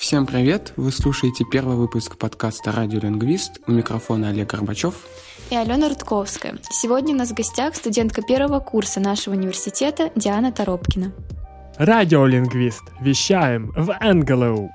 Всем привет! Вы слушаете первый выпуск подкаста «Радиолингвист». У микрофона Олег Горбачев и Алена Рудковская. Сегодня у нас в гостях студентка первого курса нашего университета Диана Торопкина. Радиолингвист. Вещаем в НГЛУ.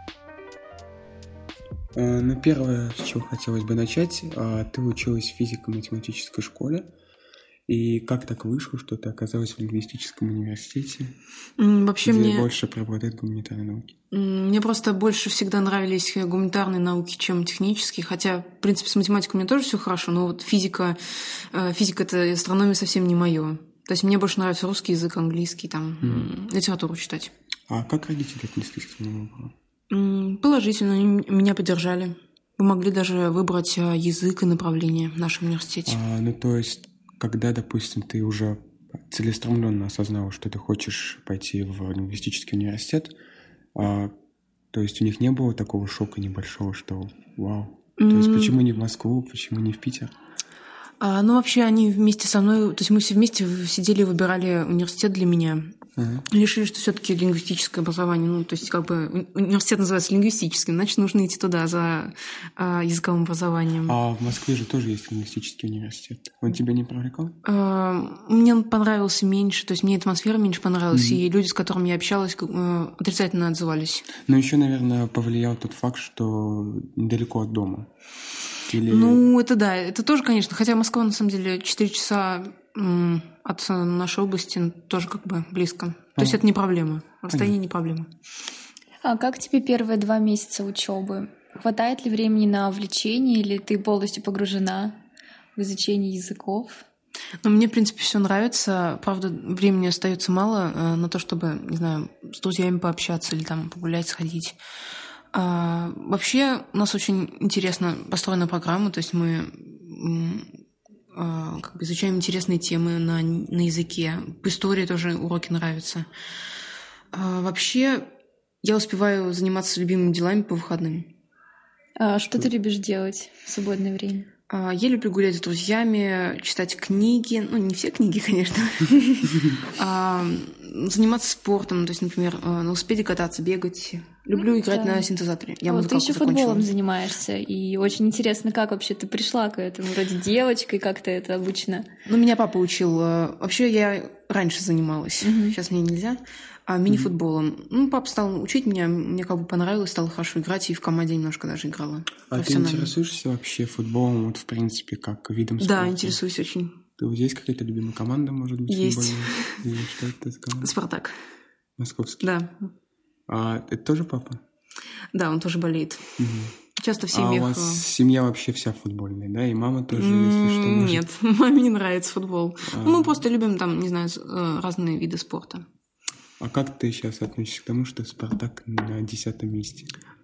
Первое, с чего хотелось бы начать, ты училась в физико-математической школе. И как так вышло, что ты оказалась в лингвистическом университете, Вообще где мне больше преподают гуманитарные науки? Мне просто больше всегда нравились гуманитарные науки, чем технические. Хотя, в принципе, с математикой у меня тоже все хорошо, но вот физика это астрономия совсем не мое. То есть мне больше нравится русский язык, английский, литературу читать. А как родители отнеслись к твоему выбору? Положительно, они меня поддержали. Помогли даже выбрать язык и направление в нашем университете. То есть, когда, допустим, ты уже целеустремленно осознала, что ты хочешь пойти в лингвистический университет, то есть у них не было такого шока небольшого, что вау, то есть почему не в Москву, почему не в Питер? Вообще они вместе со мной, то есть мы все вместе сидели и выбирали университет для меня. Решили, что все-таки лингвистическое образование, то есть университет называется лингвистическим, значит, нужно идти туда за языковым образованием. А в Москве же тоже есть лингвистический университет. Он тебя не привлекал? Мне он понравился меньше, то есть мне атмосфера меньше понравилась, и люди, с которыми я общалась, отрицательно отзывались. Но еще, наверное, повлиял тот факт, что недалеко от дома. Это тоже, конечно. Хотя Москва, на самом деле, 4 часа от нашей области тоже близко. То есть это не проблема. Расстояние не проблема. А как тебе первые 2 месяца учебы? Хватает ли времени на увлечение, или ты полностью погружена в изучение языков? Мне, в принципе, все нравится. Правда, времени остается мало на то, чтобы, не знаю, с друзьями пообщаться или погулять, сходить. Вообще у нас очень интересно построена программа, то есть мы изучаем интересные темы на языке. По истории тоже уроки нравятся. Вообще я успеваю заниматься любимыми делами по выходным. Что ты любишь делать в свободное время? Я люблю гулять с друзьями, читать книги. Не все книги, конечно. Заниматься спортом, то есть, например, на велосипеде кататься, бегать. Люблю играть на синтезаторе. Я музыкалку ты еще закончила. Футболом занимаешься, и очень интересно, как вообще ты пришла к этому? Вроде девочкой, как-то это обычно. Меня папа учил. Вообще я раньше занималась. Сейчас мне нельзя. Мини-футболом. Папа стал учить меня, мне понравилось, стало хорошо играть, и в команде немножко даже играла. А ты интересуешься вообще футболом, в принципе, как видом спорта? Да, интересуюсь очень. Есть какая-то любимая команда, может быть? Есть. Или что это за команда? «Спартак». Московский? Да. А это тоже папа? Да, он тоже болеет. Часто в семьях... А у вас семья вообще вся футбольная, да? И мама тоже, если что, может... Нет, маме не нравится футбол. Мы просто любим разные виды спорта. А как ты сейчас относишься к тому, что «Спартак» на 10-м месте?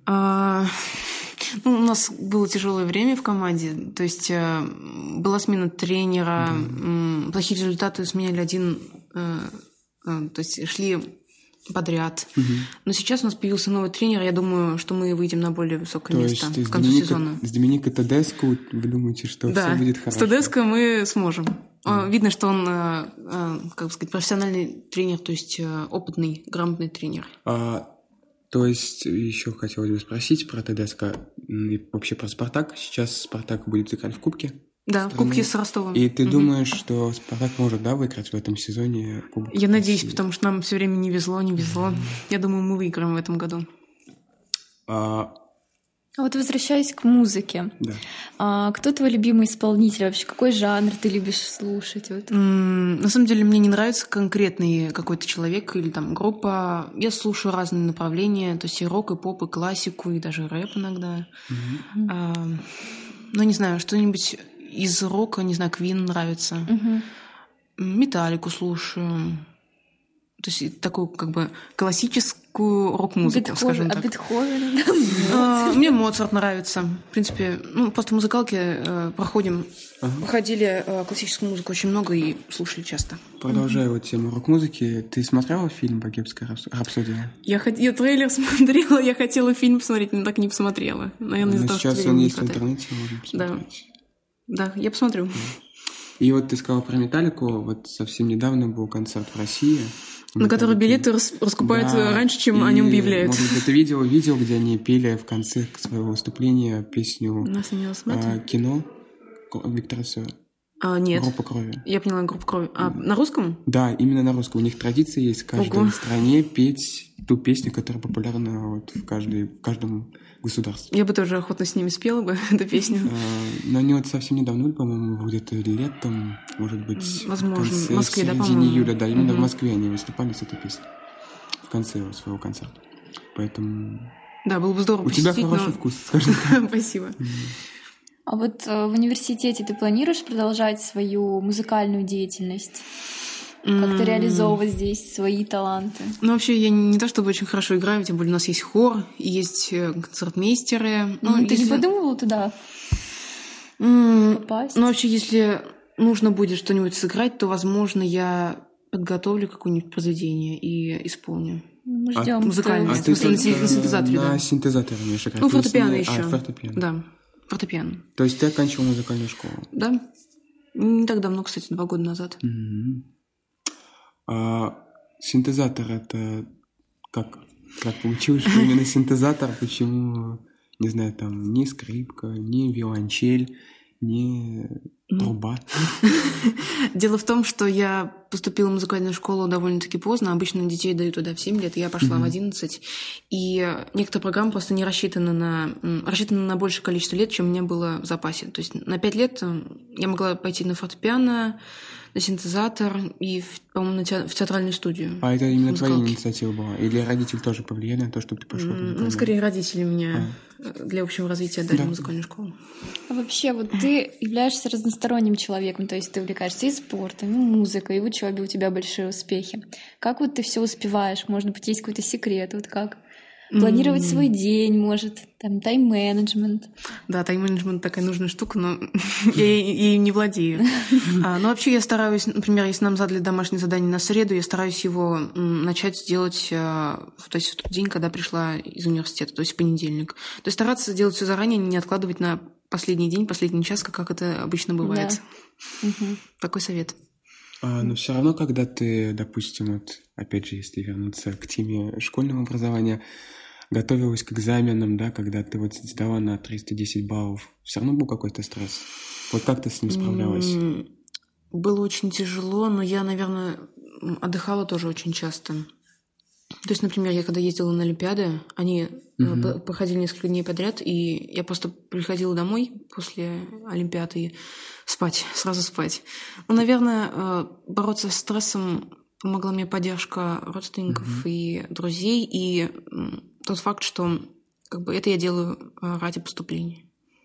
У нас было тяжелое время в команде. То есть была смена тренера, плохие результаты сменяли один, то есть шли подряд. Но сейчас у нас появился новый тренер. Я думаю, что мы выйдем на более высокое место к концу сезона. С Доминико Тедеско вы думаете, что все будет хорошо? Да, с Тедеско мы сможем. Видно, что он, профессиональный тренер, то есть опытный, грамотный тренер. То есть еще хотелось бы спросить про Тедеско и вообще про «Спартак». Сейчас «Спартак» будет играть в Кубке. Да, в Кубке с Ростовом. И ты думаешь, что «Спартак» может, выиграть в этом сезоне Кубок? Я надеюсь, потому что нам все время не везло. Я думаю, мы выиграем в этом году. Возвращаясь к музыке. Да. Кто твой любимый исполнитель вообще? Какой жанр ты любишь слушать? На самом деле мне не нравится конкретный какой-то человек или группа. Я слушаю разные направления, то есть и рок, и поп, и классику, и даже рэп иногда. Не знаю, что-нибудь из рока, не знаю, Queen нравится. Металлику слушаю. То есть такую классическую рок-музыку, скажем так. Бетховен? Мне Моцарт нравится. В принципе, просто в музыкалке проходили классическую музыку очень много и слушали часто. Продолжая тему рок-музыки, ты смотрела фильм «Богемская рапсодия»? Я трейлер смотрела, я хотела фильм посмотреть, но так и не посмотрела. Наверное, из-за того, что сейчас он есть в интернете, можно посмотреть. Да, я посмотрю. И ты сказала про Металлику. Совсем недавно был концерт в России. На который билеты раскупают раньше, чем о нем объявляют. Может быть, ты видел видео, где они пели в конце своего выступления песню «Кино» Виктора Цоя? Нет. «Группа крови». Я поняла, «Группа крови». А на русском? Да, именно на русском. У них традиция есть в каждой стране петь ту песню, которая популярна вот в каждом государстве. Я бы тоже охотно с ними спела бы эту песню. Но они вот совсем недавно, по-моему, где-то летом, может быть, возможно, в конце, в Москве, в середине июля, да, именно в Москве они выступали с этой песней в конце своего концерта. Поэтому... Да, было бы здорово У тебя хороший вкус, скажем так. Спасибо. А вот в университете ты планируешь продолжать свою музыкальную деятельность? Как-то реализовывать здесь свои таланты? Ну, вообще, я не то чтобы очень хорошо играю, тем более у нас есть хор, и есть концертмейстеры. Ты не подумывала туда попасть? Ну, вообще, если нужно будет что-нибудь сыграть, то, возможно, я подготовлю какое-нибудь произведение и исполню. Мы ждем. Музыкальное. А ты на синтезаторе, на синтезаторе умеешь играть? Ну, фортепиано еще. Фортепиано. Да, фортепиано. То есть ты оканчивал музыкальную школу? Да. Не так давно, кстати, 2 года назад. А синтезатор — это как получилось, что именно синтезатор? Почему, не знаю, там, не скрипка, не виолончель, не труба? Дело в том, что я поступила в музыкальную школу довольно-таки поздно. Обычно детей дают туда в 7 лет, я пошла в 11. И некоторые программы просто не рассчитаны на большее количество лет, чем у меня было в запасе. То есть на 5 лет я могла пойти на фортепиано, на синтезатор и, по-моему, в театральную студию. А это именно твоя инициатива была? Или родители тоже повлияли на то, чтобы ты пошла? Ну, скорее, родители меня для общего развития дали в музыкальную школу. А вообще, вот ты являешься разносторонним человеком, то есть ты увлекаешься и спортом, и музыкой, и в учебе у тебя большие успехи. Как вот ты все успеваешь? Может быть, есть какой-то секрет? Вот как? Планировать свой день, может, там, тайм-менеджмент. Да, тайм-менеджмент такая нужная штука, но я ей не владею. Но вообще я стараюсь, например, если нам задали домашнее задание на среду, я стараюсь его начать делать, то есть в тот день, когда пришла из университета, то есть в понедельник. То есть стараться делать все заранее, не откладывать на последний день, последний час, как это обычно бывает. Да. Такой совет. Но все равно, когда ты, допустим, вот, опять же, если вернуться к теме школьного образования, готовилась к экзаменам, да, когда ты вот сдала на 310 баллов, все равно был какой-то стресс? Вот как ты с ним справлялась? Было очень тяжело, но я, наверное, отдыхала тоже очень часто. То есть, например, я когда ездила на Олимпиады, они проходили несколько дней подряд, и я просто приходила домой после Олимпиады и сразу спать. Ну, наверное, бороться с стрессом помогла мне поддержка родственников и друзей, и тот факт, что как бы это я делаю ради поступления.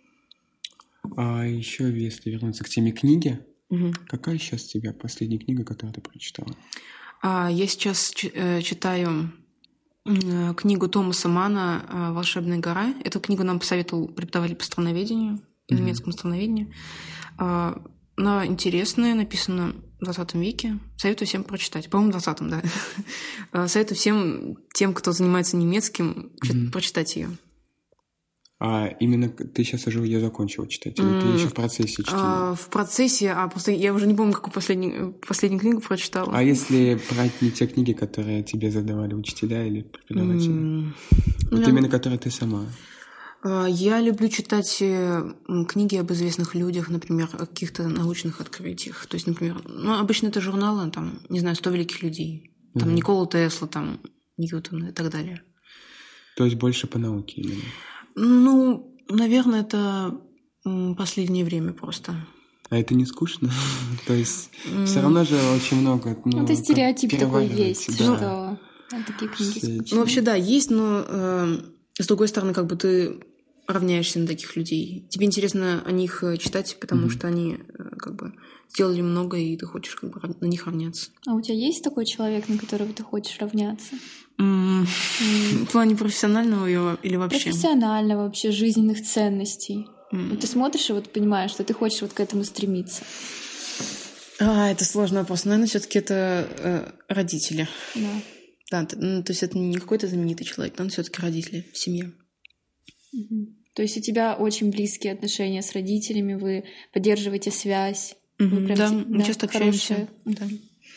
А еще, если вернуться к теме книги, какая сейчас у тебя последняя книга, которую ты прочитала? Я сейчас читаю книгу Томаса Манна «Волшебная гора». Эту книгу нам посоветовал преподаватель по страноведению, по немецкому страноведению. Она интересная, написана в 20 веке. Советую всем прочитать. По-моему, в 20-м, да. Советую всем тем, кто занимается немецким, прочитать ее. А именно ты сейчас уже ее закончила читать? Или ты еще в процессе чтения? В процессе, просто я уже не помню, какую последнюю книгу прочитала. А если брать не те книги, которые тебе задавали учителя или преподаватели? Вот именно которые ты сама? Я люблю читать книги об известных людях, например, о каких-то научных открытиях. То есть, например, обычно это журналы, там, не знаю, 100 великих людей. Там Никола Тесла, там, Ньютон и так далее. То есть больше по науке именно? Ну, наверное, это последнее время просто. А это не скучно? То есть все равно же очень много... Это стереотип такой есть, что такие книги скучные. Ну, вообще, да, есть, но с другой стороны, как бы ты равняешься на таких людей. Тебе интересно о них читать, потому что они как бы сделали много, и ты хочешь как бы на них равняться. А у тебя есть такой человек, на которого ты хочешь равняться? В плане профессионального или вообще? Профессионального, вообще жизненных ценностей. Вот ты смотришь и вот понимаешь, что ты хочешь вот к этому стремиться. Это сложный вопрос. Наверное, все-таки это родители. Да. Да, то есть это не какой-то знаменитый человек, но все-таки родители в семье. То есть у тебя очень близкие отношения с родителями, вы поддерживаете связь. Да, мы часто общаемся. Да.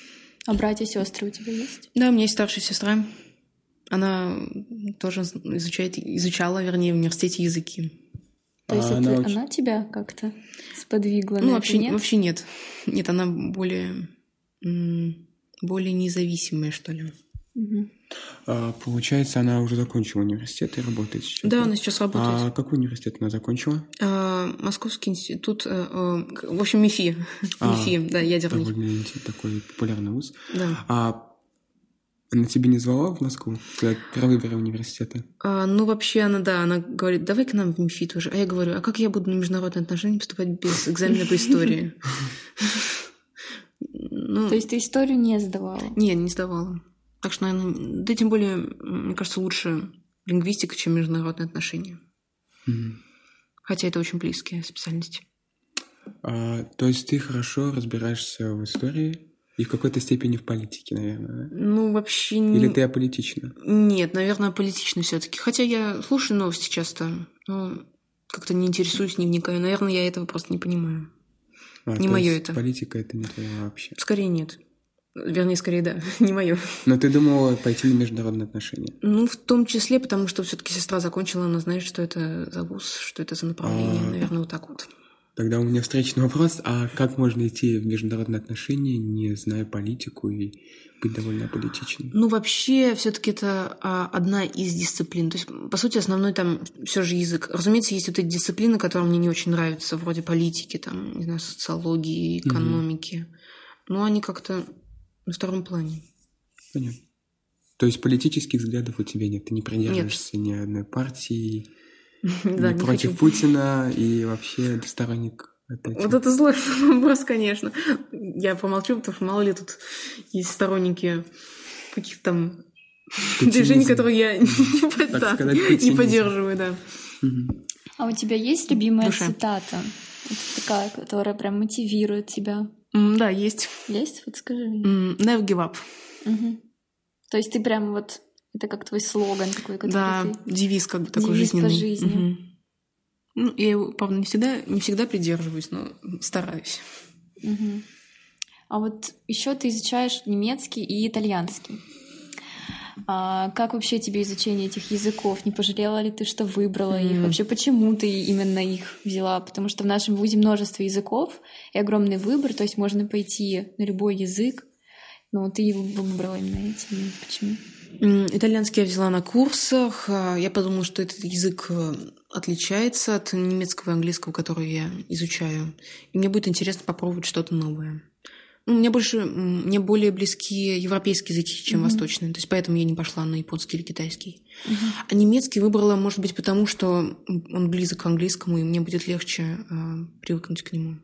А братья и сестры у тебя есть? Да, у меня есть старшая сестра. Она тоже изучала, вернее, в университете языки. То есть она тебя как-то сподвигла на это, нет? Вообще нет. Нет, она более независимая, что ли. Угу. Получается, она уже закончила университет и работает сейчас? Да, она сейчас работает. А какой университет она закончила? Московский институт, в общем, МИФИ. МИФИ, да, ядерный. Довольно такой популярный вуз. Да. Она тебя не звала в Москву при выборе университета? Вообще она говорит, давай к нам в МИФИ тоже. А я говорю, а как я буду на международные отношения поступать без экзамена по истории? То есть ты историю не сдавала? Нет, не сдавала. Так что, наверное, да тем более, мне кажется, лучше лингвистика, чем международные отношения. Хотя это очень близкие специальности. То есть ты хорошо разбираешься в истории и в какой-то степени в политике, наверное, да? Вообще... Или ты аполитична? Нет, наверное, аполитична все-таки. Хотя я слушаю новости часто, но как-то не интересуюсь, не вникаю. Наверное, я этого просто не понимаю. Не мое это. Политика — это не твоя вообще? Скорее нет. Вернее, скорее да, не мое. Но ты думала пойти на международные отношения? В том числе, потому что все-таки сестра закончила, она знает, что это за вуз, что это за направление. Наверное, вот так вот. Тогда у меня встречный вопрос. А как можно идти в международные отношения, не зная политику и быть довольно аполитичным? Вообще, все-таки это одна из дисциплин. То есть, по сути, основной там все же язык. Разумеется, есть вот эти дисциплины, которые мне не очень нравятся, вроде политики, там, не знаю, социологии, экономики. Но они как-то на втором плане. Понятно. То есть политических взглядов у тебя нет? Ты не придерживаешься ни одной партии, не против Путина и вообще сторонник? Вот это злой вопрос, конечно. Я помолчу, потому что мало ли тут есть сторонники каких-то там движений, которые я не поддерживаю, да. А у тебя есть любимая цитата? Такая, которая прям мотивирует тебя? Да, есть. Есть? Вот скажи. Never give up. То есть ты прям вот... Это как твой слоган такой, который да, девиз как бы такой жизненный. Девиз по жизни. Я его, правда, не всегда придерживаюсь, но стараюсь. А вот еще ты изучаешь немецкий и итальянский. Как вообще тебе изучение этих языков? Не пожалела ли ты, что выбрала их? Вообще, почему ты именно их взяла? Потому что в нашем вузе множество языков и огромный выбор, то есть можно пойти на любой язык, но ты выбрала именно эти. Почему? Итальянский я взяла на курсах. Я подумала, что этот язык отличается от немецкого и английского, который я изучаю. И мне будет интересно попробовать что-то новое. Мне более близки европейские языки, чем восточные. То есть поэтому я не пошла на японский или китайский. А немецкий выбрала, может быть, потому что он близок к английскому, и мне будет легче привыкнуть к нему.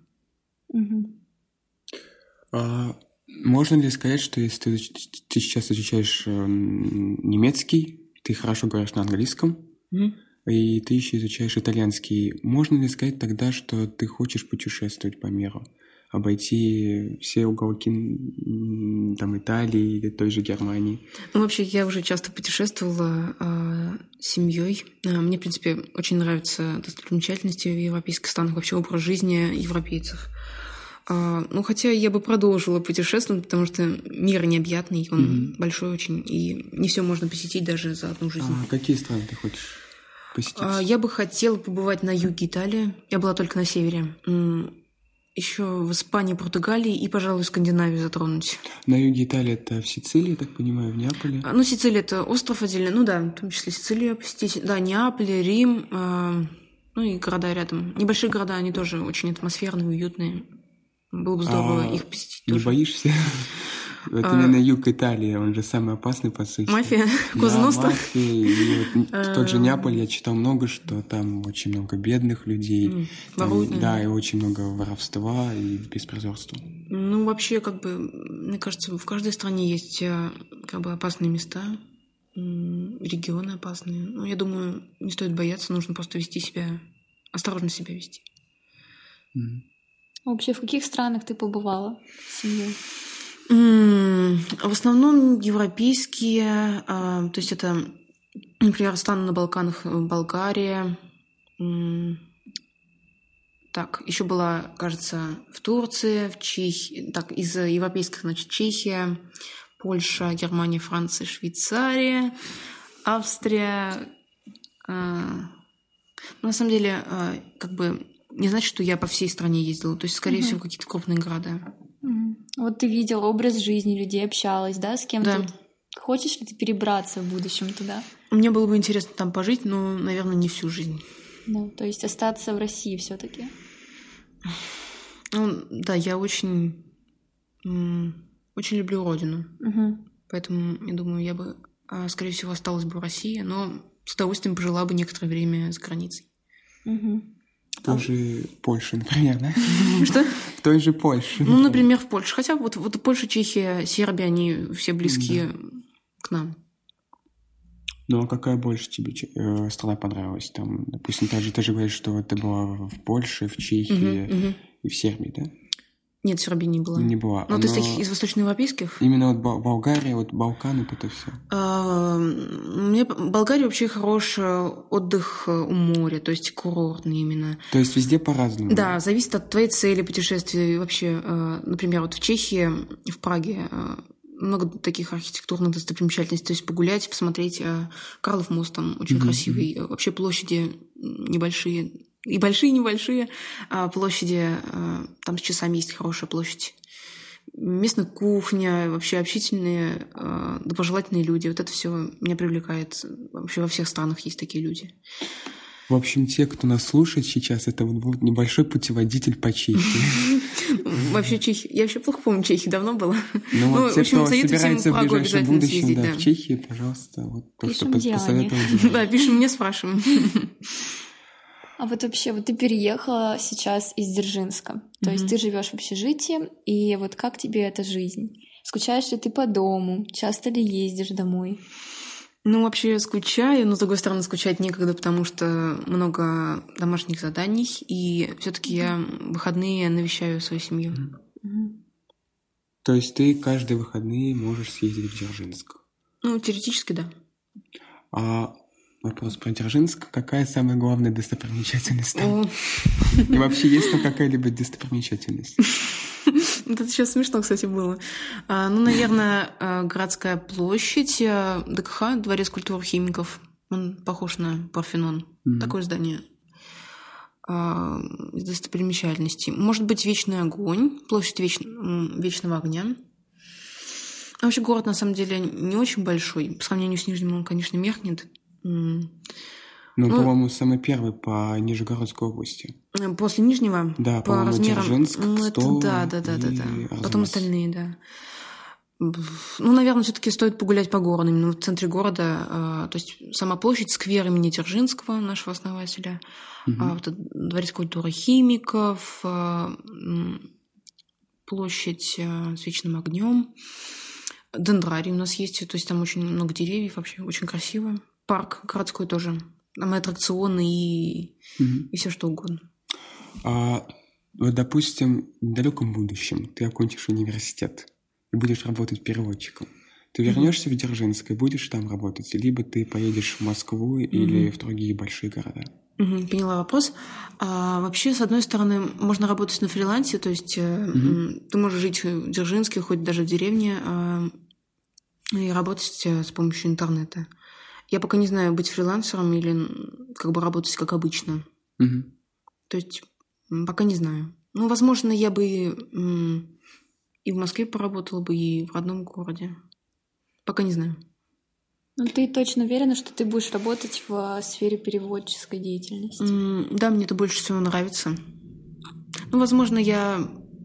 Можно ли сказать, что если ты сейчас изучаешь немецкий, ты хорошо говоришь на английском, и ты еще изучаешь итальянский, можно ли сказать тогда, что ты хочешь путешествовать по миру, обойти все уголки там, Италии или той же Германии? Вообще, я уже часто путешествовала с семьей. Мне, в принципе, очень нравятся достопримечательности в европейских странах, вообще образ жизни европейцев. Хотя я бы продолжила путешествовать, потому что мир необъятный, он большой очень, и не все можно посетить даже за одну жизнь. Какие страны ты хочешь посетить? Я бы хотела побывать на юге Италии. Я была только на севере. Еще в Испании, Португалии и, пожалуй, Скандинавию затронуть. На юге Италии это в Сицилии, так понимаю, в Неаполе? Сицилия — это остров отдельно. В том числе Сицилию посетить. Да, Неаполь, Рим, и города рядом. Небольшие города, они тоже очень атмосферные, уютные. Было бы здорово их посетить тоже. Не боишься? Вот именно юг Италии, он же самый опасный, по сути. Мафия? Коза Ностра? Мафия. И вот тот же Неаполь, я читал много, что там очень много бедных людей. Воруют, да, и очень много воровства и беспризорства. Вообще, мне кажется, в каждой стране есть опасные места, регионы опасные. Я думаю, не стоит бояться, нужно просто осторожно себя вести. А вообще, в каких странах ты побывала с семьей? В основном европейские, то есть это, например, страны на Балканах, Болгария, Так, еще была, кажется, в Турции, в Чехии. Так, из европейских, значит, Чехия, Польша, Германия, Франция, Швейцария, Австрия. На самом деле, как бы не значит, что я по всей стране ездила. То есть, скорее всего, какие-то крупные города. Вот ты видела образ жизни людей, общалась, да, с кем-то? Да. Хочешь ли ты перебраться в будущем туда? Мне было бы интересно там пожить, но, наверное, не всю жизнь. Ну, то есть остаться в России все-таки. Ну, да, я очень люблю родину. Поэтому, я думаю, я бы, скорее всего, осталась бы в России, но с удовольствием пожила бы некоторое время за границей. В той же Польше, например, да? Что? В той же Польше. Ну, например, в Польше. Хотя вот Польша, Чехия, Сербия, они все близкие к нам. Ну, а какая больше тебе страна понравилась? Там, допустим, ты же говоришь, что ты была в Польше, в Чехии и в Сербии, да? Нет, в Сербии не была. Не была. Ну, ты из восточноевропейских? Именно вот Болгария, вот Балканы, вот это все. Мне Болгария вообще хороший отдых у моря, то есть курортный именно. То есть везде по-разному? Да, зависит от твоей цели путешествия. Вообще, например, вот в Чехии, в Праге много таких архитектурных достопримечательностей, то есть погулять, посмотреть. Карлов мост там очень красивый. Вообще площади небольшие. И большие, и небольшие площади. Там с часами есть хорошая площадь. Местная кухня, вообще общительные, доброжелательные люди. Вот это все меня привлекает. Вообще во всех странах есть такие люди. В общем, те, кто нас слушает сейчас, это вот будет небольшой путеводитель по Чехии. Вообще Чехия. Я вообще плохо помню, Чехии давно было. Ну вот те, кто собирается в ближайшем будущем в Чехии, пожалуйста, вот то, что посоветовал. Да, пишем мне, спрашиваем. А вот вообще, вот ты переехала сейчас из Дзержинска, то есть ты живешь в общежитии, и вот как тебе эта жизнь? Скучаешь ли ты по дому? Часто ли ездишь домой? Ну, вообще скучаю, но, с другой стороны, скучать некогда, потому что много домашних заданий, и все-таки я в выходные навещаю свою семью. То есть ты каждые выходные можешь съездить в Дзержинск? Ну, теоретически, да. А вопрос про Дзержинск. Какая самая главная достопримечательность там? И вообще есть там какая-либо достопримечательность? Это сейчас смешно, кстати, было. Ну, наверное, городская площадь, ДКХ, Дворец культуры химиков. Он похож на Парфенон. Такое здание из достопримечательностей. Может быть, Вечный огонь, площадь Вечного огня. Вообще город, на самом деле, не очень большой. По сравнению с Нижним он, конечно, меркнет. Ну, по-моему, самый первый по Нижегородской области. После Нижнего? Да, по размерам. Дзержинск, Кстово. Да. Потом остальные, да. Ну, наверное, все-таки стоит погулять по городу, именно в центре города. То есть сама площадь, сквер имени Дзержинского, нашего основателя, Дворец культуры химиков, площадь с Вечным огнем, дендрарий у нас есть, то есть там очень много деревьев, вообще очень красиво. Парк городской тоже. Там и аттракционы, и все что угодно. Вот, допустим, в недалеком будущем ты окончишь университет и будешь работать переводчиком. Ты вернешься в Дзержинск и будешь там работать, либо ты поедешь в Москву или в другие большие города? Поняла вопрос. Вообще, с одной стороны, можно работать на фрилансе, то есть ты можешь жить в Дзержинске, хоть даже в деревне, и работать с помощью интернета. Я пока не знаю, быть фрилансером или как бы работать как обычно. То есть пока не знаю. Ну, возможно, я бы и в Москве поработала бы, и в родном городе. Пока не знаю. Ну, ты точно уверена, что ты будешь работать в сфере переводческой деятельности? Да, мне это больше всего нравится. Ну, возможно, я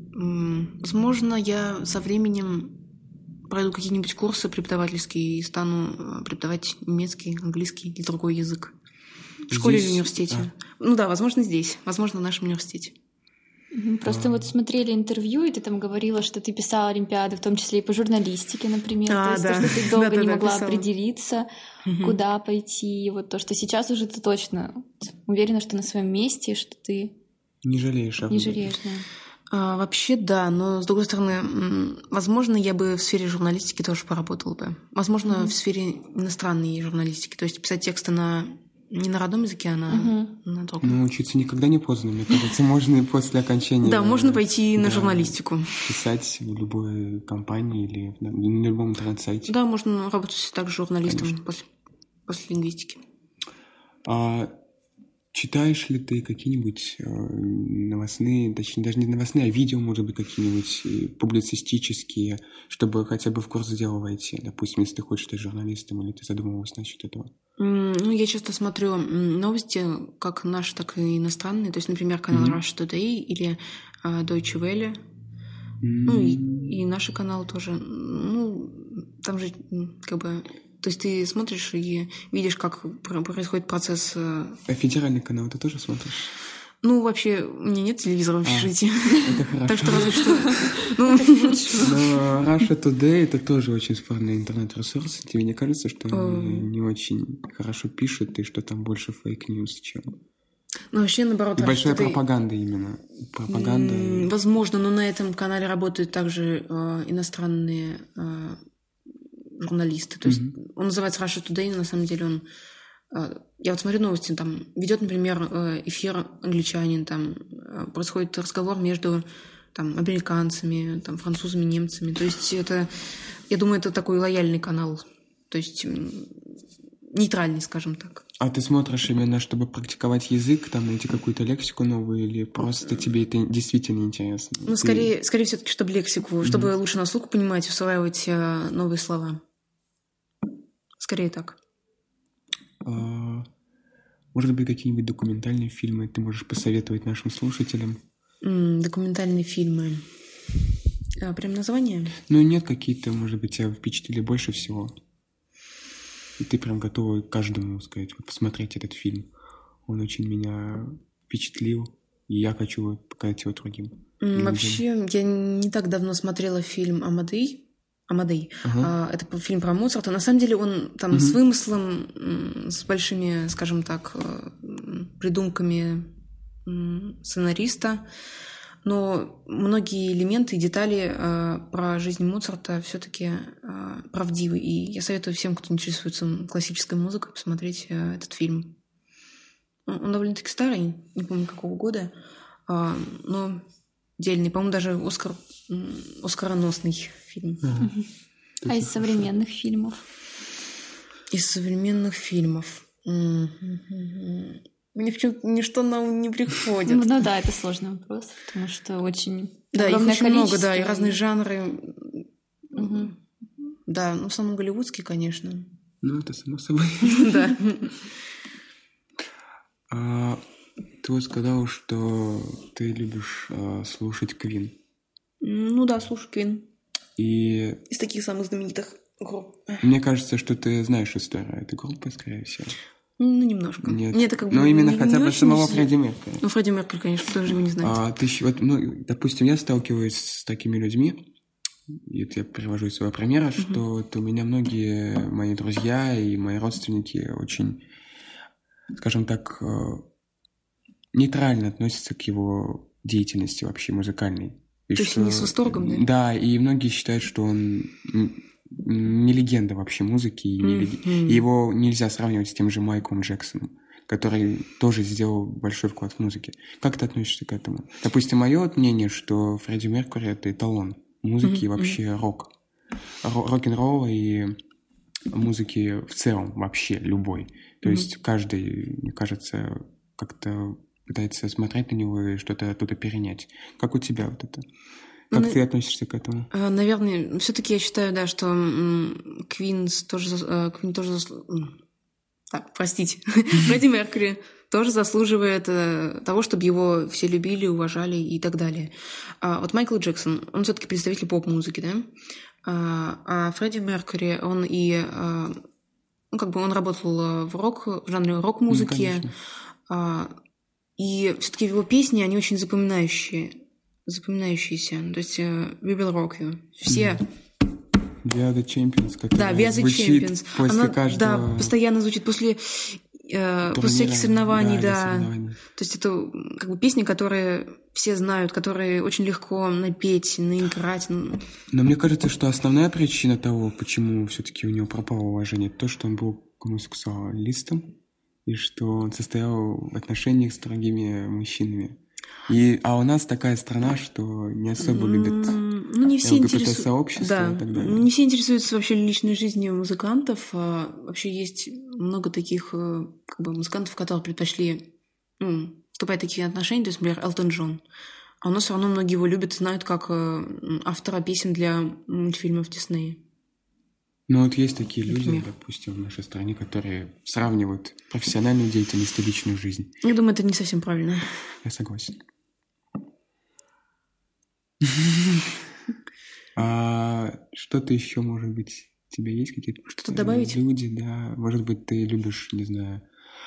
со временем пройду какие-нибудь курсы преподавательские и стану преподавать немецкий, английский или другой язык. В школе или в университете. Ну да, возможно, здесь. Возможно, в нашем университете. Просто вот смотрели интервью, и ты там говорила, что ты писала олимпиады, в том числе и по журналистике, например. То есть то, что ты долго не могла определиться, куда пойти. Вот то, что сейчас уже ты точно уверена, что на своем месте, что ты не жалеешь об этом. Не жалеешь, да. Вообще, да, но, с другой стороны, возможно, я бы в сфере журналистики тоже поработала бы. Возможно, в сфере иностранной журналистики, то есть писать тексты на не на родном языке, а на другом. Ну, учиться никогда не поздно, мне кажется. Можно и после окончания... Да, можно пойти на журналистику. Писать в любой компании или на любом интернет-сайте. Да, можно работать также журналистом после лингвистики. А читаешь ли ты какие-нибудь новостные, точнее, даже не новостные, а видео, может быть, какие-нибудь публицистические, чтобы хотя бы в курс дела войти? Допустим, если ты хочешь стать журналистом, или ты задумывалась насчет этого? Ну, я часто смотрю новости, как наши, так и иностранные. То есть, например, канал Russia Today или Deutsche Welle. Ну, и наши каналы тоже. Ну, там же как бы... То есть ты смотришь и видишь, как происходит процесс... А федеральный канал ты тоже смотришь? Ну, вообще, у меня нет телевизора в общежитии. Это хорошо. Так что разве что... Но Russia Today — это тоже очень спорный интернет-ресурс. Тебе не кажется, что они не очень хорошо пишут, и что там больше фейк-ньюс, чем... Ну, вообще, наоборот... И большая пропаганда именно. Пропаганда... Возможно, но на этом канале работают также иностранные журналисты. То есть он называется Russia Today, но на самом деле он... Я вот смотрю новости, там ведет, например, эфир англичанин, там происходит разговор между там, американцами, там, французами, немцами. То есть это, я думаю, это такой лояльный канал. То есть нейтральный, скажем так. А ты смотришь именно, чтобы практиковать язык, там найти какую-то лексику новую, или просто тебе это действительно интересно? Ну, скорее все-таки, чтобы лексику, чтобы лучше на слух понимать, усваивать новые слова. Скорее так. Может быть, какие-нибудь документальные фильмы ты можешь посоветовать нашим слушателям? Документальные фильмы. Прям название? Ну, нет, какие-то, может быть, тебя впечатлили больше всего. И ты прям готова каждому сказать, вот посмотреть этот фильм. Он очень меня впечатлил, и я хочу показать его другим. Вообще, я не так давно смотрела фильм «Амадей». Это фильм про Моцарта. На самом деле он там с вымыслом, с большими, скажем так, придумками сценариста. Но многие элементы и детали про жизнь Моцарта все-таки правдивы. И я советую всем, кто интересуется классической музыкой, посмотреть этот фильм. Он довольно-таки старый, не помню какого года, но дельный. По-моему, даже оскароносный фильм. А из современных фильмов? Из современных фильмов... Мне почему-то ничто на ум не приходит. Ну да, это сложный вопрос, потому что очень да, их очень много, да, и количество. разные жанры. Да, ну в основном голливудский, конечно. Ну, это само собой. Да. Ты вот сказала, что ты любишь слушать Queen. Ну да, слушаю Queen. И... Из таких самых знаменитых групп. Мне кажется, что ты знаешь историю этой группы, скорее всего. Ну, немножко. Нет. Мне это как бы но именно не, хотя не бы очень самого Фредди Меркьюри. Ну, Фредди Меркьюри, конечно, кто же его не знает. Допустим, я сталкиваюсь с такими людьми, и это я привожу из своего примера, что вот у меня многие мои друзья и мои родственники очень, скажем так, нейтрально относятся к его деятельности вообще музыкальной. То есть не с восторгом, да? Да, и многие считают, что он не легенда вообще музыки, и его нельзя сравнивать с тем же Майклом Джексоном, который тоже сделал большой вклад в музыке. Как ты относишься к этому? Допустим, мое мнение, что Фредди Меркьюри — это эталон музыки и вообще рок-н-ролла и музыки в целом вообще любой. То есть каждый, мне кажется, как-то пытается смотреть на него и что-то оттуда перенять. Как у тебя вот это? Как ты относишься к этому? Наверное, все-таки я считаю, да, что Queen тоже... Так, простите. Фредди Меркьюри тоже заслуживает того, чтобы его все любили, уважали и так далее. Вот Майкл Джексон, он все-таки представитель поп-музыки, да? А Фредди Меркьюри, он и... Ну, как бы он работал в жанре рок-музыки. И все-таки его песни, они очень запоминающиеся. То есть We Will Rock You. Все... We Are The Champions, да, We Are The Champions. После Она, каждого... Да, постоянно звучит после всяких соревнований, да. То есть это как бы песни, которые все знают, которые очень легко напеть, наиграть. Но мне кажется, что основная причина того, почему все-таки у него пропало уважение, то, что он был гомосексуалистом. и что он состоял в отношениях с другими мужчинами. А у нас такая страна, что не особо любит не все ЛГБТ-сообщество и так далее. Не все интересуются вообще личной жизнью музыкантов. Вообще есть много таких музыкантов, которые предпочли вступать в такие отношения. То есть, например, Элтон Джон. А у нас все равно многие его любят и знают как автора песен для мультфильмов Диснея. Ну вот есть такие люди, допустим, в нашей стране, которые сравнивают профессиональную деятельность и личную жизнь. Я думаю, это не совсем правильно. Я согласен. А что-то еще, может быть, у тебя есть какие-то что-то добавить? Люди, да. Может быть, ты любишь, не знаю.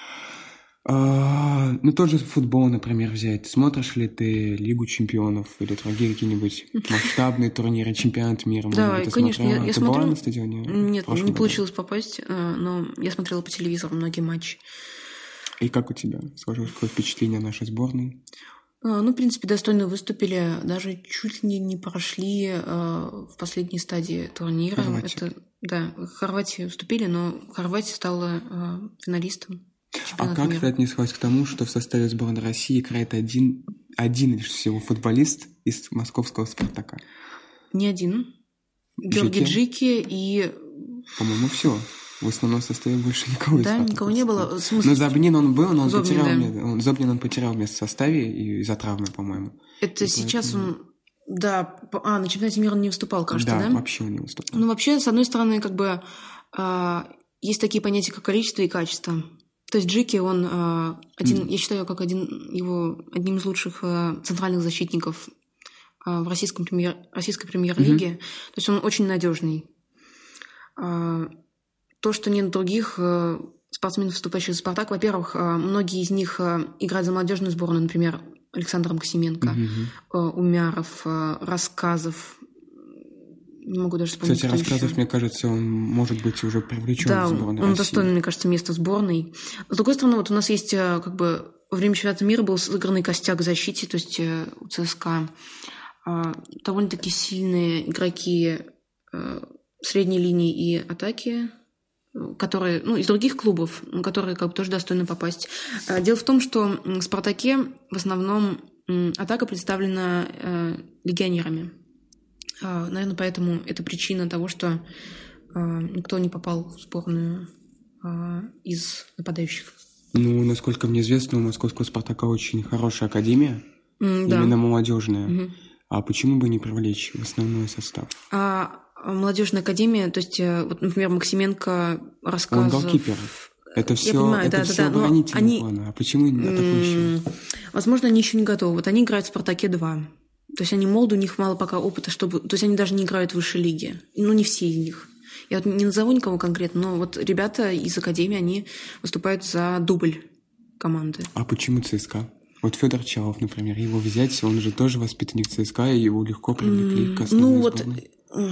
Тот же футбол, например, взять. Смотришь ли ты Лигу чемпионов или другие какие-нибудь масштабные турниры, чемпионат мира? Да, конечно, я смотрела. Была на стадионе? Нет, не получилось попасть, но я смотрела по телевизору многие матчи. И как у тебя? Сложилось какое впечатление о нашей сборной? В принципе, достойно выступили, даже чуть ли не прошли в последней стадии турнира. Хорватия уступили, но Хорватия стала финалистом. А как ты отнеслась к тому, что в составе сборной России играет один лишь всего футболист из московского «Спартака»? Не один. Георгий Джики и... По-моему, все. В основном составе больше никого. Да, никого не было. Но Забнин он был, но Зобнин он потерял место в составе из-за травмы, по-моему. Это сейчас он... Да, на чемпионате мира он не выступал, кажется, да? Да, вообще он не выступал. Вообще, с одной стороны, есть такие понятия, как количество и качество. То есть Джики, он я считаю, как одним из лучших центральных защитников в российской премьер-лиге. То есть он очень надежный. То, что нет других спортсменов, вступающих в «Спартак», во-первых, многие из них играют за молодежную сборную, например, Александр Максименко, Умяров, Рассказов. Не могу даже вспомнить. Кстати, Рассказов, мне кажется, он может быть уже привлечен в сборную России. Да, он достойный, мне кажется, места в сборной. С другой стороны, вот у нас есть во время чемпионата мира был сыгранный костяк в защите, то есть у ЦСКА довольно-таки сильные игроки средней линии и атаки, которые, из других клубов, которые тоже достойны попасть. Дело в том, что в «Спартаке» в основном атака представлена легионерами. Наверное, поэтому это причина того, что никто не попал в сборную из нападающих. Насколько мне известно, у московского «Спартака» очень хорошая академия, именно молодежная. А почему бы не привлечь в основной состав? Молодежная академия, то есть, например, Максименко, Рассказов... Он голкипер. Это все оборонительные планы. А почему атакующие? Возможно, они еще не готовы. Вот они играют в «Спартаке 2». То есть они молоды, у них мало пока опыта, То есть они даже не играют в высшей лиге. Не все из них. Я не назову никого конкретно, но вот ребята из академии, они выступают за дубль команды. А почему ЦСКА? Вот Федор Чалов, например, его взять, он же тоже воспитанник ЦСКА, и его легко привлекли к основной сборной.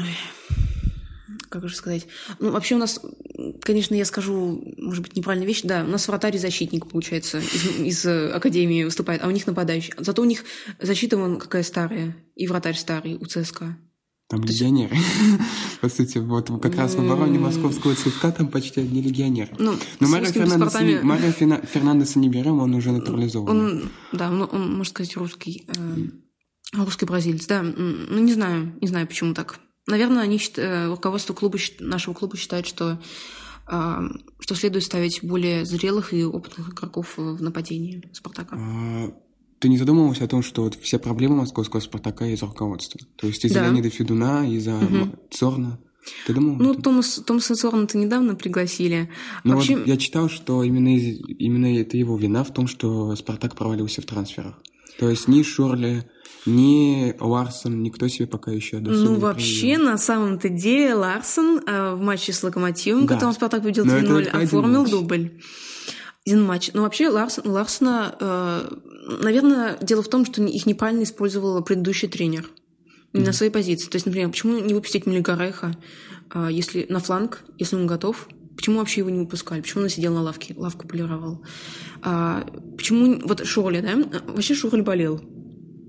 Как же сказать? Вообще у нас, конечно, я скажу, может быть, неправильная вещь. Да, у нас вратарь и защитник, получается, из академии выступает, а у них нападающий. Зато у них защита вон какая старая, и вратарь старый у ЦСКА. Там легионеры. По сути, вот как раз в обороне московского ЦСКА там почти одни легионеры. Но Марио Фернандеса не берем, он уже натурализован. Он, можно сказать, русский бразилец. Да, не знаю, почему так. Наверное, руководство нашего клуба считает, что следует ставить более зрелых и опытных игроков в нападении «Спартака». Ты не задумывалась о том, что вот все проблемы московского «Спартака» из-за руководства? То есть из-за Леонида Федуна, из-за Цорна? Ты думала? Томаса Цорна-то недавно пригласили. Вообще... я читал, что именно это его вина в том, что «Спартак» провалился в трансферах. То есть ни Шорли, ни Ларсон, никто себе пока еще достойно вообще, на самом-то деле, Ларсон в матче с «Локомотивом», которым «Спартак» победил 3-0, оформил дубль. Один матч. Вообще Ларсона, наверное, дело в том, что их неправильно использовал предыдущий тренер на своей позиции. То есть, например, почему не выпустить Мелигареха, если на фланг, если он готов? Почему вообще его не выпускали? Почему он сидел на лавке, лавку полировал? Почему... Вот Шорли, да? Вообще Шорли болел.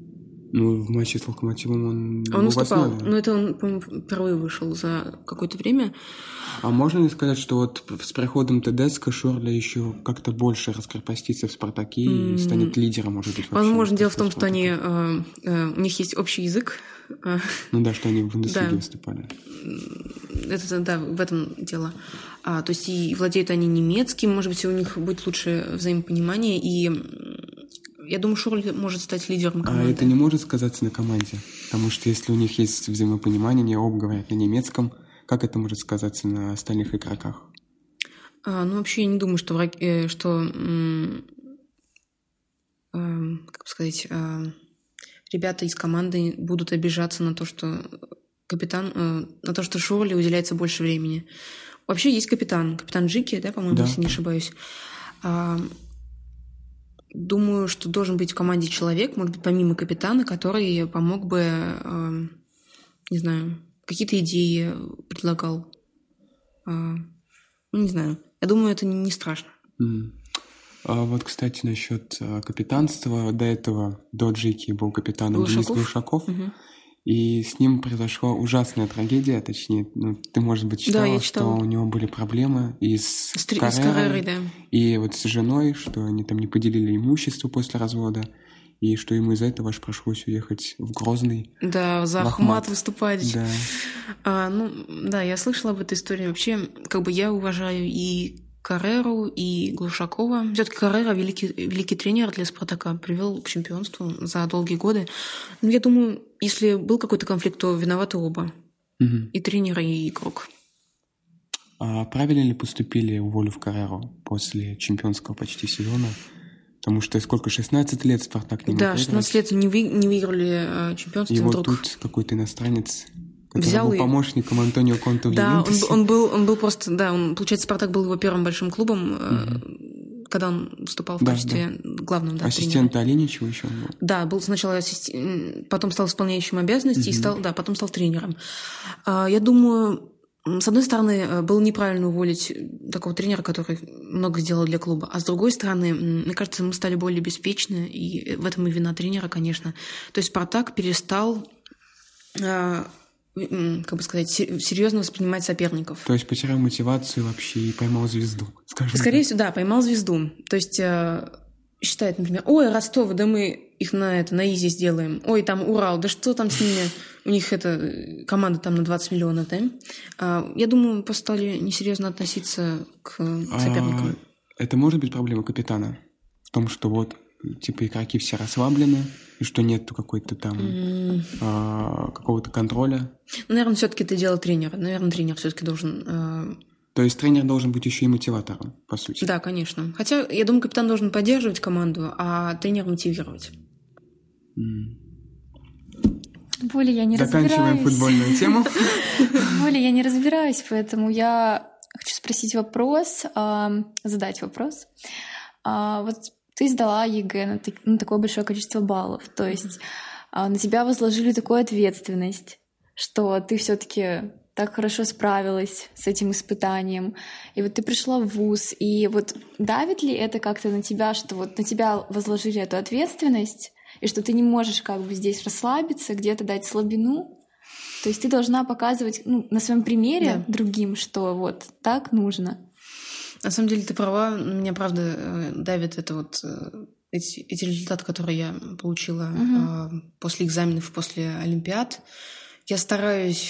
Ну, в матче с «Локомотивом» он выступал. Но это он, по-моему, впервые вышел за какое-то время. А можно ли сказать, что вот с приходом Тедеско Шорля еще как-то больше раскрепостится в «Спартаке» и станет лидером, может быть, вообще? Возможно, дело в том, что они, у них есть общий язык. Ну да, что они в Бундеслиге выступали. Это, да, в этом дело. То есть и владеют они немецким, может быть, у них будет лучше взаимопонимание, и я думаю, Шорль может стать лидером команды. А это не может сказаться на команде? Потому что если у них есть взаимопонимание, они оба говорят на немецком, как это может сказаться на остальных игроках? Ну, вообще, я не думаю, что как бы сказать, ребята из команды будут обижаться на то, что на то, что Шорле уделяется больше времени. Вообще есть капитан Джики, да, по-моему, если не ошибаюсь. Думаю, что должен быть в команде человек, может быть, помимо капитана, который помог бы, не знаю, какие-то идеи предлагал. Не знаю. Я думаю, это не страшно. А вот, кстати, насчет капитанства. До этого, до Джики, был капитаном Денис Глушаков. И с ним произошла ужасная трагедия, точнее, ты, может быть, читала, что у него были проблемы и с Каррерой, да. И вот с женой, что они там не поделили имущество после развода, и что ему из-за этого аж пришлось уехать в Грозный. Да, за Ахмат выступать. Да. Да, я слышала об этой истории. Вообще, как бы я уважаю и Карреру, и Глушакова. Все-таки Каррера великий тренер для «Спартака», привел к чемпионству за долгие годы. Но я думаю, если был какой-то конфликт, то виноваты оба. И тренер, и игрок. А правильно ли поступили, уволив Карреру после чемпионского почти сезона? Потому что 16 лет «Спартак» не мог выиграть. Да, 16 лет не выиграли чемпионство. И вот тут какой-то иностранец, который взял был помощником Антонио Конте в Ювентусе. Да, он был просто... Да, получается, «Спартак» был его первым большим клубом, когда он выступал в качестве главного тренера. Ассистента Алиничева еще был. Да, был сначала потом стал исполняющим обязанности, потом стал тренером. Я думаю, с одной стороны, было неправильно уволить такого тренера, который много сделал для клуба, а с другой стороны, мне кажется, мы стали более беспечны, и в этом и вина тренера, конечно. То есть «Спартак» перестал... как бы сказать, серьезно воспринимать соперников. То есть потерял мотивацию вообще и поймал звезду, скажем. Скорее всего, да, поймал звезду. То есть считает, например, ой, Ростов, да мы их на изи сделаем. Ой, там Урал, да что там с ними? У них команда там на 20 миллионов, да? Я думаю, просто стали несерьезно относиться к соперникам. Это может быть проблема капитана? В том, что вот типа игроки все расслаблены, и что нет какой-то там какого-то контроля. Наверное, все-таки это дело тренера. Наверное, тренер все-таки должен... То есть тренер должен быть еще и мотиватором, по сути. Да, конечно. Хотя, я думаю, капитан должен поддерживать команду, а тренер мотивировать. Более я не разбираюсь. Заканчиваем футбольную тему. Более я не разбираюсь, поэтому я хочу спросить вопрос, задать вопрос. Вот ты сдала ЕГЭ на такое большое количество баллов, то есть на тебя возложили такую ответственность, что ты все-таки так хорошо справилась с этим испытанием, и вот ты пришла в вуз, и вот давит ли это как-то на тебя, что вот на тебя возложили эту ответственность, и что ты не можешь как бы здесь расслабиться, где-то дать слабину? То есть ты должна показывать на своем примере другим, что вот так нужно. На самом деле ты права, меня правда давит это вот эти результаты, которые я получила после экзаменов, после олимпиад. Я стараюсь,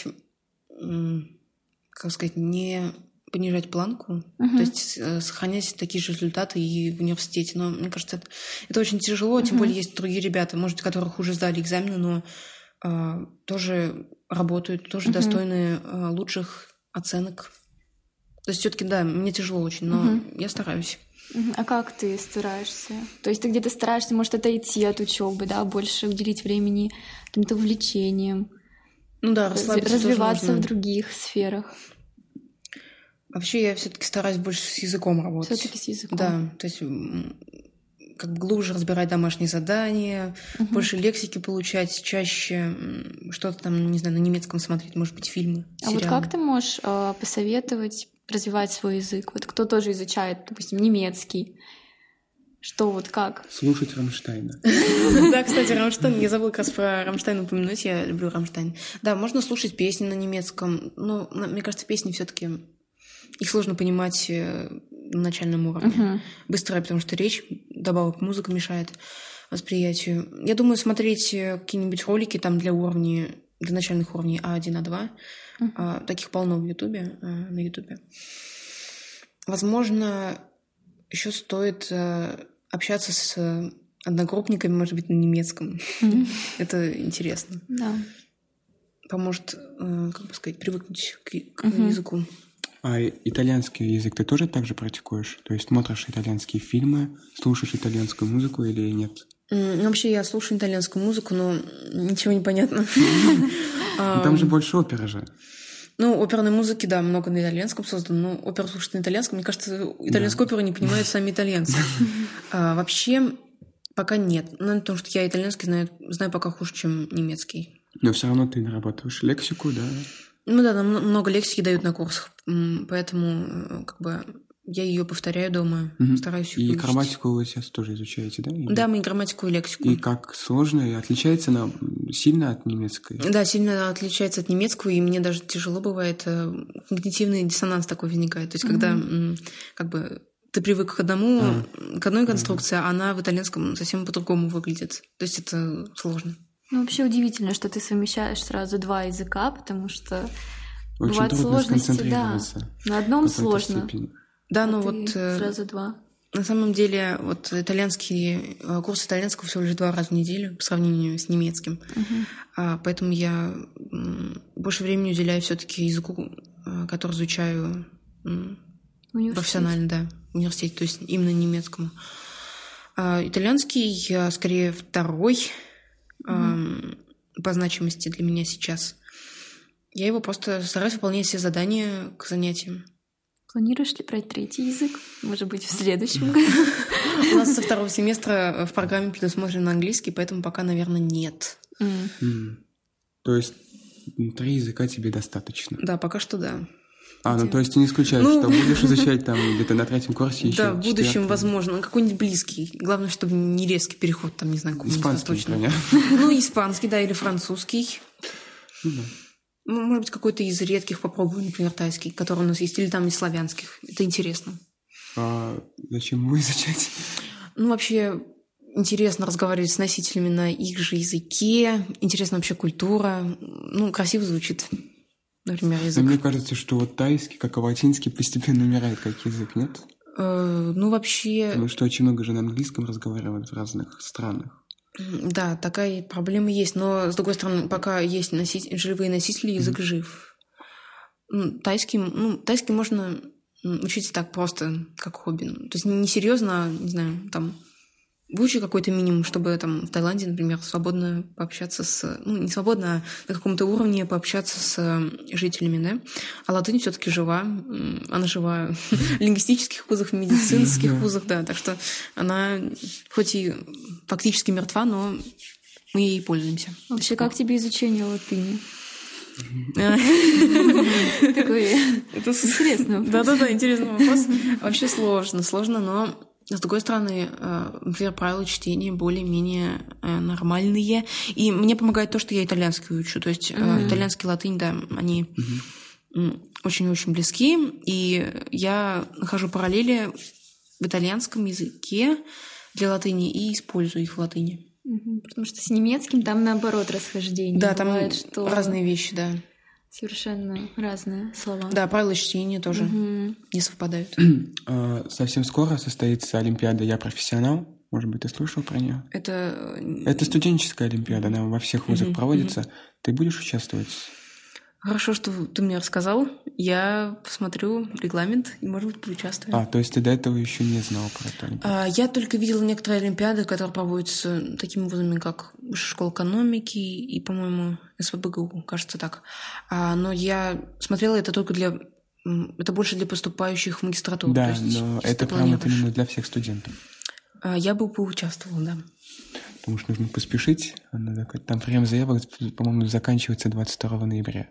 как сказать, не понижать планку, то есть сохранять такие же результаты и в университете. Но мне кажется, это очень тяжело, тем более есть другие ребята, может, которых уже сдали экзамены, но тоже работают, тоже достойны лучших оценок. То есть все-таки, да, мне тяжело очень, но я стараюсь. А как ты стараешься? То есть ты где-то стараешься, может, отойти от учебы, да, больше уделить времени каким-то увлечениям? Ну да, расслабиться, развиваться в других сферах. Вообще я все-таки стараюсь больше с языком работать. Все-таки с языком. Да, то есть как бы глубже разбирать домашние задания, больше лексики получать, чаще что-то там, не знаю, на немецком смотреть, может быть, фильмы, сериалы. Вот как ты можешь посоветовать развивать свой язык? Вот кто тоже изучает, допустим, немецкий, Что вот как? Слушать Рамштайна. Да, кстати, Рамштайн, я забыла как раз про Рамштайн упомянуть, я люблю Рамштайн. Да, можно слушать песни на немецком, но мне кажется, песни все-таки их сложно понимать на начальном уровне. Быстро, потому что речь, добавок музыка мешает восприятию. Я думаю, смотреть какие-нибудь ролики там для начальных уровней А1, А2. Таких полно в Ютубе, на Ютубе. Возможно, еще стоит общаться с одногруппниками, может быть, на немецком. Это интересно. Да. Поможет, как бы сказать, привыкнуть к языку. А итальянский язык ты тоже так же практикуешь? То есть смотришь итальянские фильмы, слушаешь итальянскую музыку или нет? Вообще я слушаю итальянскую музыку, но ничего не понятно. Там же больше оперы же. Ну, оперной музыки, да, много на итальянском создано, но оперу слушать на итальянском, мне кажется, итальянскую оперу не понимают сами итальянцы. Вообще, пока нет. Ну, потому что я итальянский знаю пока хуже, чем немецкий. Но все равно ты нарабатываешь лексику, да? Ну да, нам много лексики дают на курсах, поэтому как бы я ее повторяю дома, стараюсь ее выучить. И грамматику вы сейчас тоже изучаете, да? Да, мы и грамматику, и лексику. И как сложно, и отличается она сильно от немецкой? Да, сильно отличается от немецкого, и мне даже тяжело бывает, когнитивный диссонанс такой возникает. То есть когда как бы ты привык к одной конструкции, а она в итальянском совсем по-другому выглядит. То есть это сложно. Ну, вообще удивительно, что ты совмещаешь сразу два языка, потому что очень бывают трудно сложности, да. На одном сложно. Степени. Да, но вот сразу два. На самом деле, вот курс итальянского всего лишь 2 раза в неделю по сравнению с немецким. Поэтому я больше времени уделяю все-таки языку, который изучаю профессионально, да, в университете, то есть именно немецкому. Итальянский я скорее второй по значимости для меня сейчас. Я его просто стараюсь выполнять все задания к занятиям. Планируешь ли брать 3-й язык? Может быть, в следующем году? У нас со 2-го семестра в программе предусмотрен английский, поэтому пока, наверное, нет. То есть 3 языка тебе достаточно? Да, пока что да. Ну то есть ты не исключаешь, что будешь изучать там где-то на 3-м курсе еще? Да, в будущем, возможно, какой-нибудь близкий. Главное, чтобы не резкий переход, там, не знаю, испанский, точно. Ну, испанский, да, или французский. Может быть, какой-то из редких попробую, например, тайский, который у нас есть, или там из славянских. Это интересно. А зачем его изучать? Ну, вообще, интересно разговаривать с носителями на их же языке. Интересна вообще культура. Ну, красиво звучит, например, язык. Но мне кажется, что вот тайский, как и латинский, постепенно умирает как язык, нет? Ну, вообще... Потому что очень много же на английском разговаривают в разных странах. Да, такая проблема есть, но, с другой стороны, пока есть живые носители, язык жив. Тайский можно учить так просто, как хобби. То есть не серьезно, не знаю, там, выучить какой-то минимум, чтобы там в Таиланде, например, свободно пообщаться не свободно, а на каком-то уровне пообщаться с жителями, да? А латынь все-таки жива, она жива в лингвистических вузах, в медицинских вузах, да, так что она хоть и фактически мертва, но мы ей пользуемся. Вообще, как тебе изучение латыни? Это интересно. Да-да-да, интересный вопрос. Вообще сложно, но с другой стороны, например, правила чтения более-менее нормальные. И мне помогает то, что я итальянский учу. То есть итальянский и латынь, да, они очень-очень близки. И я нахожу параллели в итальянском языке для латыни и использую их в латыни. Потому что с немецким там наоборот расхождение. Да, там бывает, что разные вещи, да. Совершенно разные слова. Да, правила чтения тоже не совпадают. Совсем скоро состоится Олимпиада «Я профессионал». Может быть, ты слышал про нее? Это студенческая Олимпиада, она во всех вузах проводится. Ты будешь участвовать? Хорошо, что ты мне рассказал. Я посмотрю регламент и, может быть, поучаствую. То есть ты до этого еще не знал про эту Олимпиаду? Я только видела некоторые Олимпиады, которые проводятся такими вузами, как Высшая школа экономики и, по-моему, СВБГУ, кажется так. Но я смотрела это только это больше для поступающих в магистратуру. Да, но это прям именно для всех студентов. Я бы поучаствовала, да. Потому что нужно поспешить. Там прием заявок, по-моему, заканчивается 22 ноября.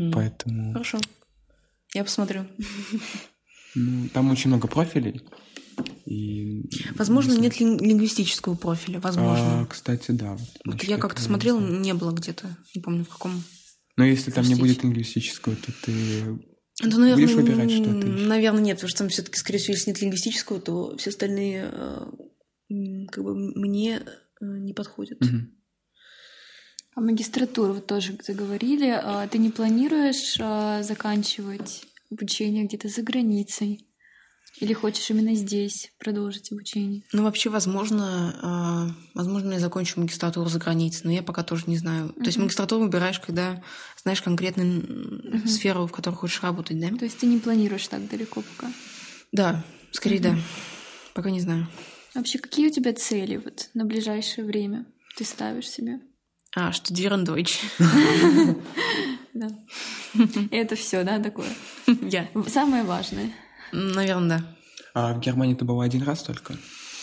Поэтому... Хорошо. Я посмотрю. Там очень много профилей. И возможно, нет лингвистического профиля, возможно. Кстати, да. Вот я как-то смотрела, не было где-то, не помню в каком. Но если там не будет лингвистического, то ты наверное, будешь выбирать, что ты ищешь? Наверное, нет, потому что там все-таки, скорее всего, если нет лингвистического, то все остальные как бы мне не подходят. А магистратуру вот тоже заговорили. Ты не планируешь заканчивать обучение где-то за границей? Или хочешь именно здесь продолжить обучение? Ну, вообще, возможно, я закончу магистратуру за границей, но я пока тоже не знаю. То есть магистратуру выбираешь, когда знаешь конкретную сферу, в которой хочешь работать, да? То есть ты не планируешь так далеко пока? Да, скорее да. Пока не знаю. Вообще, какие у тебя цели вот на ближайшее время ты ставишь себе? Studieren Deutsch. Да. Это все, да, такое? Я. Самое важное. Наверное, да. А в Германии ты была один раз только?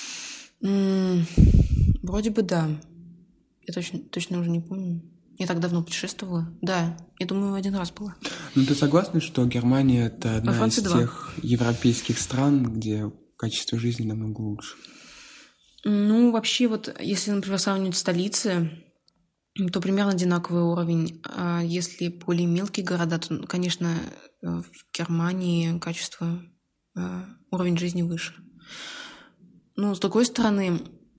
Вроде бы да. Я точно уже не помню. Я так давно путешествовала. Да, я думаю, один раз была. Ну, ты согласна, что Германия — это одна из Франции 2. тех европейских стран, где качество жизни намного лучше? Ну, вообще, вот если, например, сравнивать столицы, то примерно одинаковый уровень. А если более мелкие города, то, конечно, в Германии качество, уровень жизни выше. Но, с другой стороны,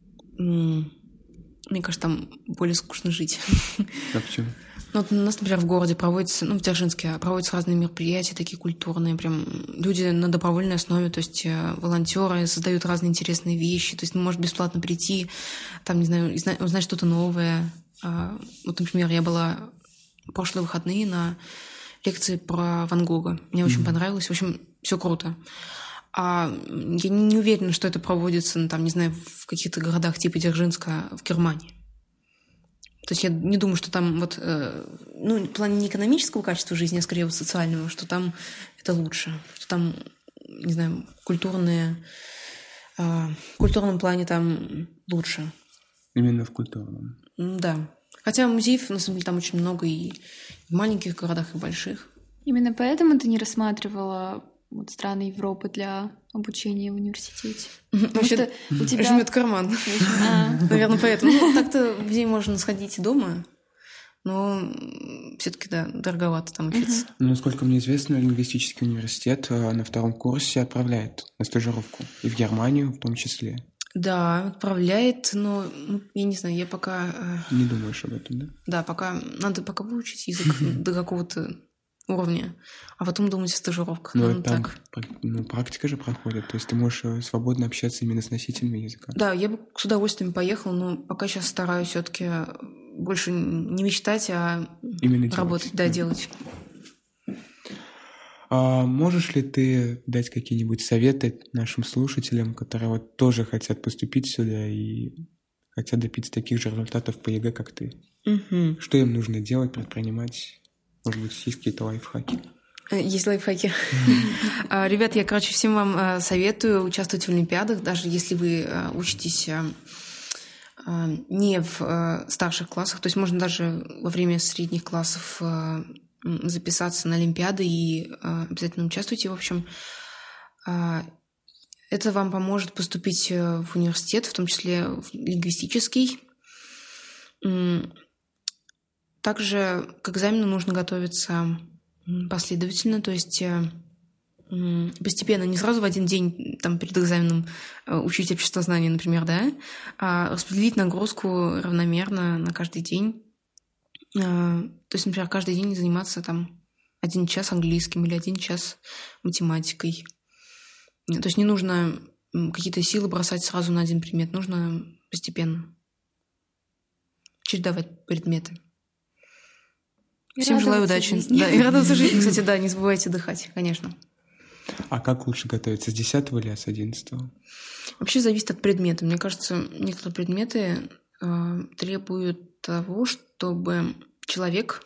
мне кажется, там более скучно жить. А почему? Ну, вот у нас, например, в городе проводятся, в Дзержинске проводятся разные мероприятия, такие культурные, прям люди на добровольной основе, то есть волонтеры создают разные интересные вещи, то есть можно бесплатно прийти, там, не знаю, узнать что-то новое. Вот, например, я была в прошлые выходные на лекции про Ван Гога. Мне очень понравилось. В общем, все круто. Я не уверена, что это проводится, там, не знаю, в каких-то городах типа Дзержинска в Германии. То есть я не думаю, что там вот, в плане не экономического качества жизни, а скорее вот социального, что там это лучше, что там, не знаю, в культурном плане там лучше. Именно в культурном. Да. Хотя музеев, на самом деле, там очень много и в маленьких городах, и в больших. Именно поэтому ты не рассматривала вот страны Европы для обучения в университете? Потому что у тебя... Жмет карман. Наверное, поэтому. Так-то в день можно сходить и дома, но все-таки, да, дороговато там учиться. Насколько мне известно, лингвистический университет на втором курсе отправляет на стажировку. И в Германию в том числе. Да, отправляет, но я не знаю, я пока... Не думаешь об этом, да? Да, надо пока выучить язык до какого-то уровня, а потом думать о стажировках. Но там практика же проходит, то есть ты можешь свободно общаться именно с носителями языка. Да, я бы с удовольствием поехала, но пока сейчас стараюсь все-таки больше не мечтать, а именно работать, делать. А можешь ли ты дать какие-нибудь советы нашим слушателям, которые вот тоже хотят поступить сюда и хотят добиться таких же результатов по ЕГЭ, как ты? Что им нужно делать, предпринимать? Может быть, есть какие-то лайфхаки? Есть лайфхаки. Ребят, я, всем вам советую участвовать в олимпиадах, даже если вы учитесь не в старших классах, то есть можно даже во время средних классов записаться на олимпиады и обязательно участвуйте. В общем, это вам поможет поступить в университет, в том числе в лингвистический. Также к экзамену нужно готовиться последовательно, то есть постепенно, не сразу в один день там, перед экзаменом учить обществознание, например, да, а распределить нагрузку равномерно на каждый день. То есть, например, каждый день заниматься там 1 час английским или 1 час математикой. То есть не нужно какие-то силы бросать сразу на один предмет, нужно постепенно чередовать предметы. Всем желаю удачи. Да, и радоваться жизни, кстати, да, не забывайте отдыхать, конечно. А как лучше готовиться, с 10 или с 11? Вообще зависит от предмета. Мне кажется, некоторые предметы требуют того, чтобы человек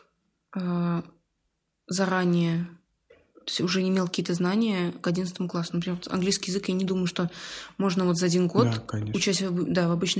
заранее, то есть уже имел какие-то знания к 11 классу. Например, английский язык, я не думаю, что можно вот за 1 год, учась в обычной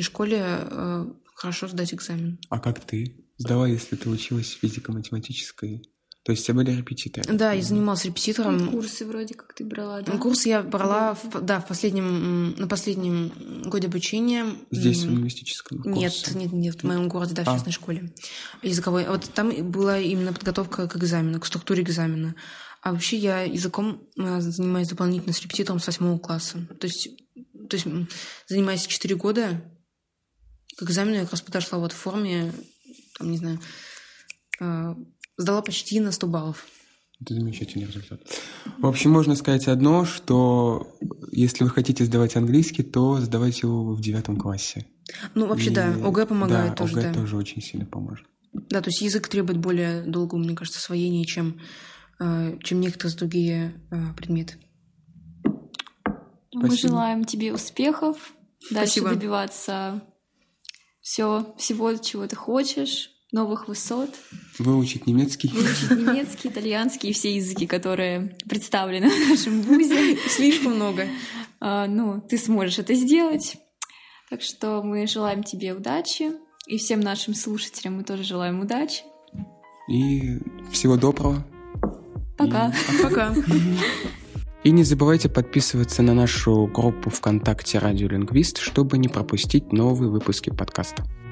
школе, хорошо сдать экзамен. А как ты? Сдала, если ты училась физико-математической То есть у тебя были репетиторы? Да, я занималась репетитором. Курсы вроде как ты брала, да? Курсы я брала на последнем годе обучения. Здесь, в лингвистическом курсе? Нет, в моем городе, да, в частной школе. Языковой. Вот там была именно подготовка к экзамену, к структуре экзамена. А вообще я языком занимаюсь дополнительно с репетитором с 8 класса. То есть занимаюсь 4 года. К экзамену я как раз подошла вот в форме, там, не знаю, сдала почти на 100 баллов. Это замечательный результат. В общем, можно сказать одно, что если вы хотите сдавать английский, то сдавайте его в 9 классе. Ну, вообще, да, ОГЭ помогает тоже. ОГЭ тоже очень сильно поможет. Да, то есть язык требует более долгого, мне кажется, освоения, чем некоторые другие предметы. Мы желаем тебе успехов, дальше Спасибо. Добиваться всего, чего ты хочешь, новых высот. Выучить немецкий. Выучить немецкий, итальянский и все языки, которые представлены в нашем вузе. Слишком много. Ты сможешь это сделать. Так что мы желаем тебе удачи. И всем нашим слушателям мы тоже желаем удачи. И всего доброго. Пока. Пока. И не забывайте подписываться на нашу группу ВКонтакте «Радиолингвист», чтобы не пропустить новые выпуски подкаста.